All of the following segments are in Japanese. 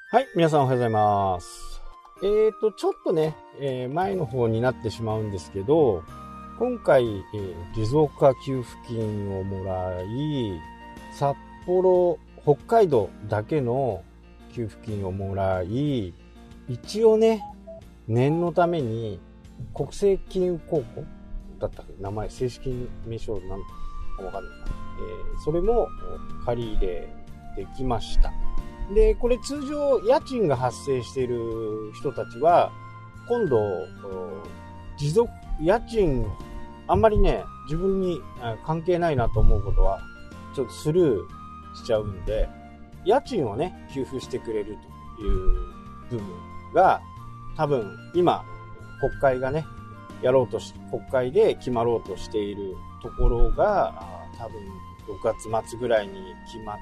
はい、皆さんおはようございます。ちょっとね、前の方になってしまうんですけど、今回、持続化給付金をもらい、札幌、北海道だけの給付金をもらい、一応ね、念のために国政金融高校だったっけ、名前、正式名称なんかわかんないな。それも借り入れできました。で、これ通常家賃が発生している人たちは、今度、家賃、あんまりね、自分に関係ないなと思うことは、ちょっとスルーしちゃうんで、家賃をね、給付してくれるという部分が、多分、今、国会がね、国会で決まろうとしているところが、多分、6月末ぐらいに決まって、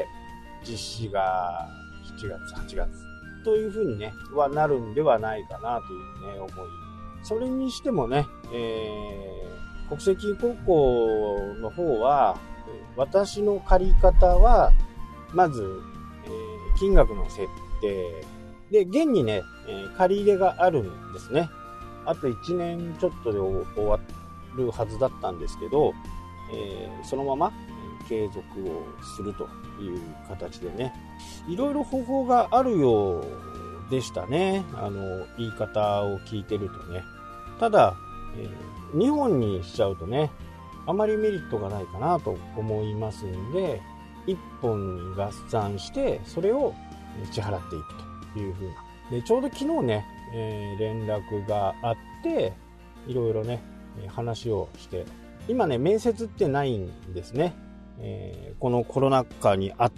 実施が7月、8月というふうにね、はなるんではないかなというね、思い。それにしてもね、国際金融高校の方は、私の借り方は、まず、金額の設定。で、現にね、借り入れがあるんですね。あと1年ちょっとで終わるはずだったんですけど、そのまま継続をするという形でね、いろいろ方法があるようでしたね。言い方を聞いてるとね。ただ、2本にしちゃうとね、あまりメリットがないかなと思いますんで、1本に合算して、それを支払っていくという風な。で、ちょうど昨日ね、連絡があって、いろいろね、話をして、今ね、面接ってないんですね。このコロナ禍にあって、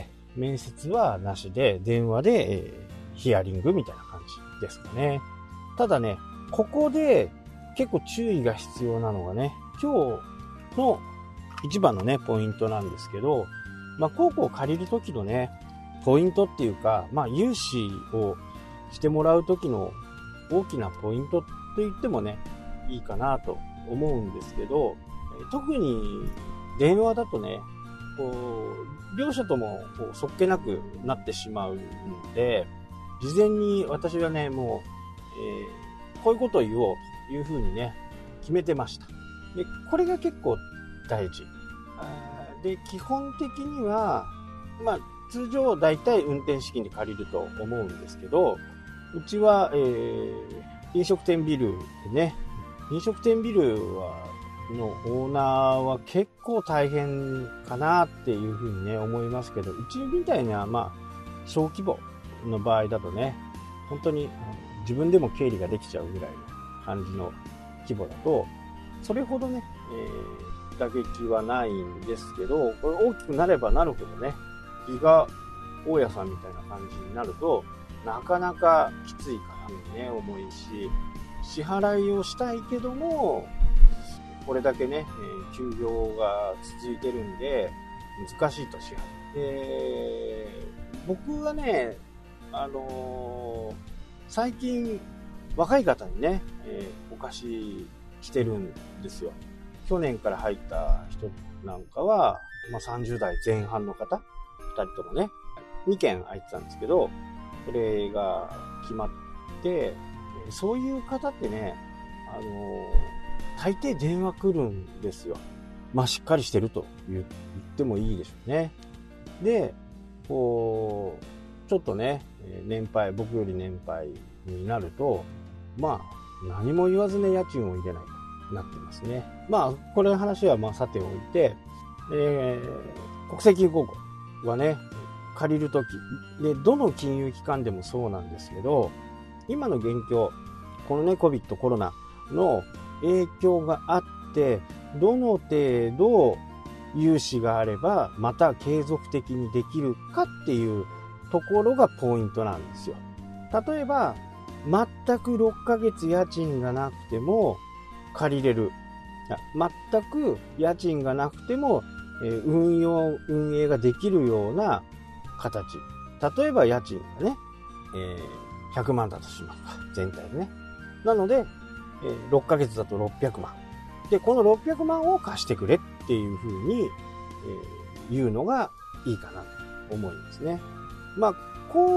面接はなしで、電話で、ヒアリングみたいな感じですかね。ただね、ここで結構注意が必要なのがね、今日の一番のね、ポイントなんですけど、高校を借りる時のね、ポイントっていうか、融資をしてもらう時の大きなポイントと言ってもね、いいかなと思うんですけど、特に電話だとね、両者ともそっけなくなってしまうので、事前に私はね、もう、こういうことを言おうというふうにね、決めてました。で、これが結構大事。で、基本的には、通常大体運転資金で借りると思うんですけど、うちは、飲食店ビルでね、飲食店ビルのオーナーは結構大変かなっていうふうにね、思いますけど、うちみたいな、小規模の場合だとね、本当に自分でも経理ができちゃうぐらいの感じの規模だと、それほどね、打撃はないんですけど、これ大きくなればなるほどね、ギガ大家さんみたいな感じになると、なかなかきついかなとね、思いし、支払いをしたいけども、これだけね、休業が続いてるんで、難しいと支払い。僕はね、最近、若い方にね、お貸ししてるんですよ。去年から入った人なんかは、30代前半の方、2人ともね、2件空いてたんですけど、それが決まって、そういう方ってね、大抵電話来るんですよ。しっかりしてると言ってもいいでしょうね。で、ちょっとね、僕より年配になると、何も言わずね、家賃を入れないとなってますね。これの話はさておいて、国際金融高校はね、借りるとき、で、どの金融機関でもそうなんですけど、今の現況、このね、COVID コロナの影響があって、どの程度融資があれば、また継続的にできるかっていうところがポイントなんですよ。例えば、全く6ヶ月家賃がなくても借りれる。全く家賃がなくても、運営ができるような形。例えば家賃がね、100万だとしますか。全体でね。なので、6ヶ月だと600万。で、この600万を貸してくれっていうふうに、言うのがいいかなと思いますね。こう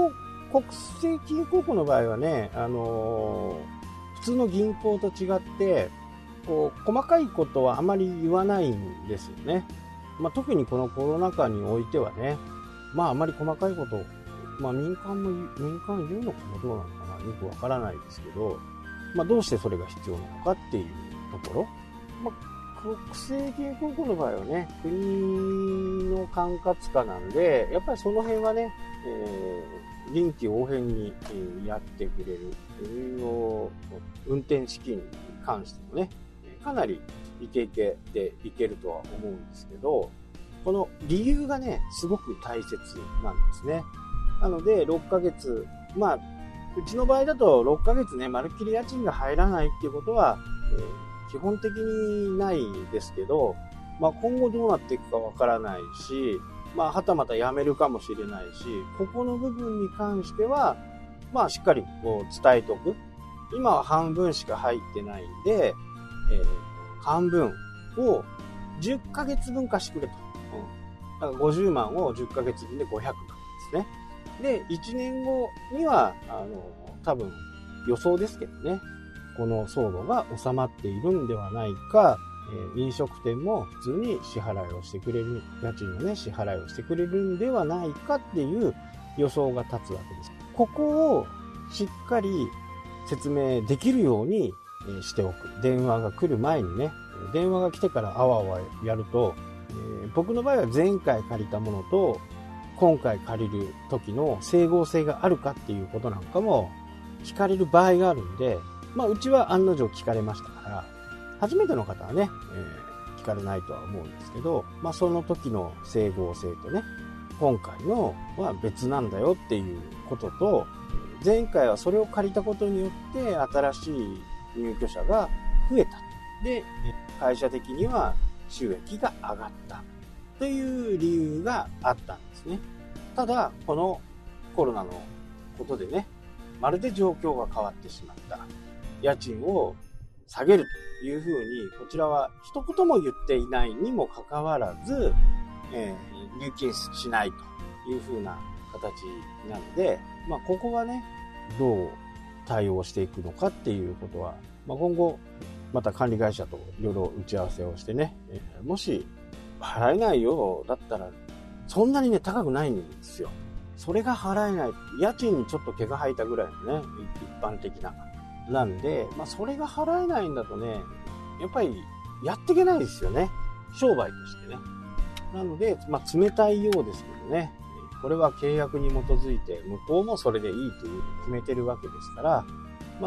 国際金融公庫の場合はね、普通の銀行と違って、こう、細かいことはあまり言わないんですよね。特にこのコロナ禍においてはね、あまり細かいこと、民間言うのかもどうなのかな、よくわからないですけど、どうしてそれが必要なのかっていうところ。国政銀行公庫の場合はね、国の管轄下なんで、やっぱりその辺はね、臨機応変にやってくれる。運転資金に関してもね、かなりイケイケでいけるとは思うんですけど、この理由がね、すごく大切なんですね。なので、6ヶ月、うちの場合だと6ヶ月ね、まるっきり家賃が入らないっていうことは、基本的にないですけど、今後どうなっていくかわからないし、はたまた辞めるかもしれないし、ここの部分に関しては、しっかりこう伝えておく。今は半分しか入ってないんで、半分を10ヶ月分貸してくれと。だから50万を10ヶ月分で500万ですね。で、1年後には、多分予想ですけどね、この騒動が収まっているんではないか、飲食店も普通に支払いをしてくれる、家賃のね、支払いをしてくれるんではないかっていう予想が立つわけです。ここをしっかり説明できるようにしておく。電話が来る前にね、電話が来てからあわあわやると、僕の場合は前回借りたものと今回借りる時の整合性があるかっていうことなんかも聞かれる場合があるんで、うちは案の定聞かれましたから、初めての方はね、聞かれないとは思うんですけど、その時の整合性とね、今回のは別なんだよっていうことと、前回はそれを借りたことによって新しい入居者が増えた。で、会社的には収益が上がったという理由があったんですね。ただ、このコロナのことでね、まるで状況が変わってしまった。家賃を下げるというふうに、こちらは一言も言っていないにもかかわらず、入金しないというふうな形なので、ここがね、どう対応していくのかっていうことは、今後、また管理会社といろいろ打ち合わせをしてね、もし払えないようだったら、そんなにね、高くないんですよ。それが払えない。家賃にちょっと毛が生えたぐらいのね、一般的な。なんで、それが払えないんだとね、やっぱりやっていけないですよね。商売としてね。なので、冷たいようですけどね、これは契約に基づいて、向こうもそれでいいという決めてるわけですから、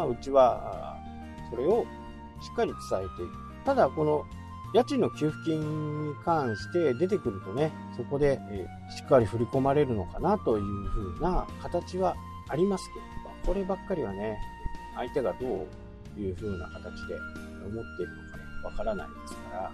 うちは、それをしっかり伝えていく。ただ、この家賃の給付金に関して出てくるとね、そこでしっかり振り込まれるのかなというふうな形はありますけど、こればっかりはね、相手がどういう風な形で思っているのかね、わからないですから、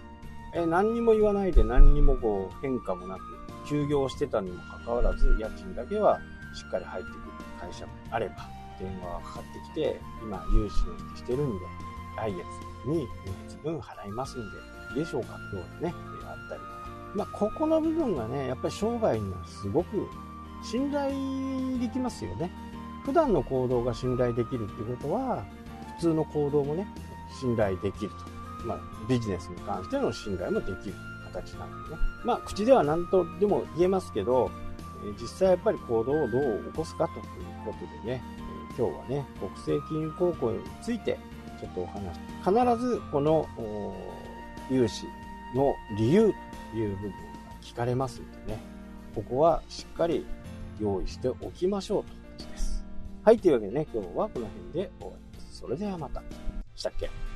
何にも言わないで何にもこう変化もなく、休業してたにもかかわらず、家賃だけはしっかり入ってくる会社もあれば、電話がかかってきて、今融資の引きしてるんで、来月に2月分払いますんで、いいでしょうかってようなね、あったりとか。ここの部分がね、やっぱり商売にはすごく信頼できますよね。普段の行動が信頼できるっていうことは、普通の行動もね、信頼できると。ビジネスに関しての信頼もできる形なんでね。口では何とでも言えますけど、実際やっぱり行動をどう起こすかということでね、今日はね、国政金融公庫についてちょっとお話し。必ずこの融資の理由という部分が聞かれますのでね、ここはしっかり用意しておきましょうということです。はい、というわけでね、今日はこの辺で終わります。それではまた。したっけ？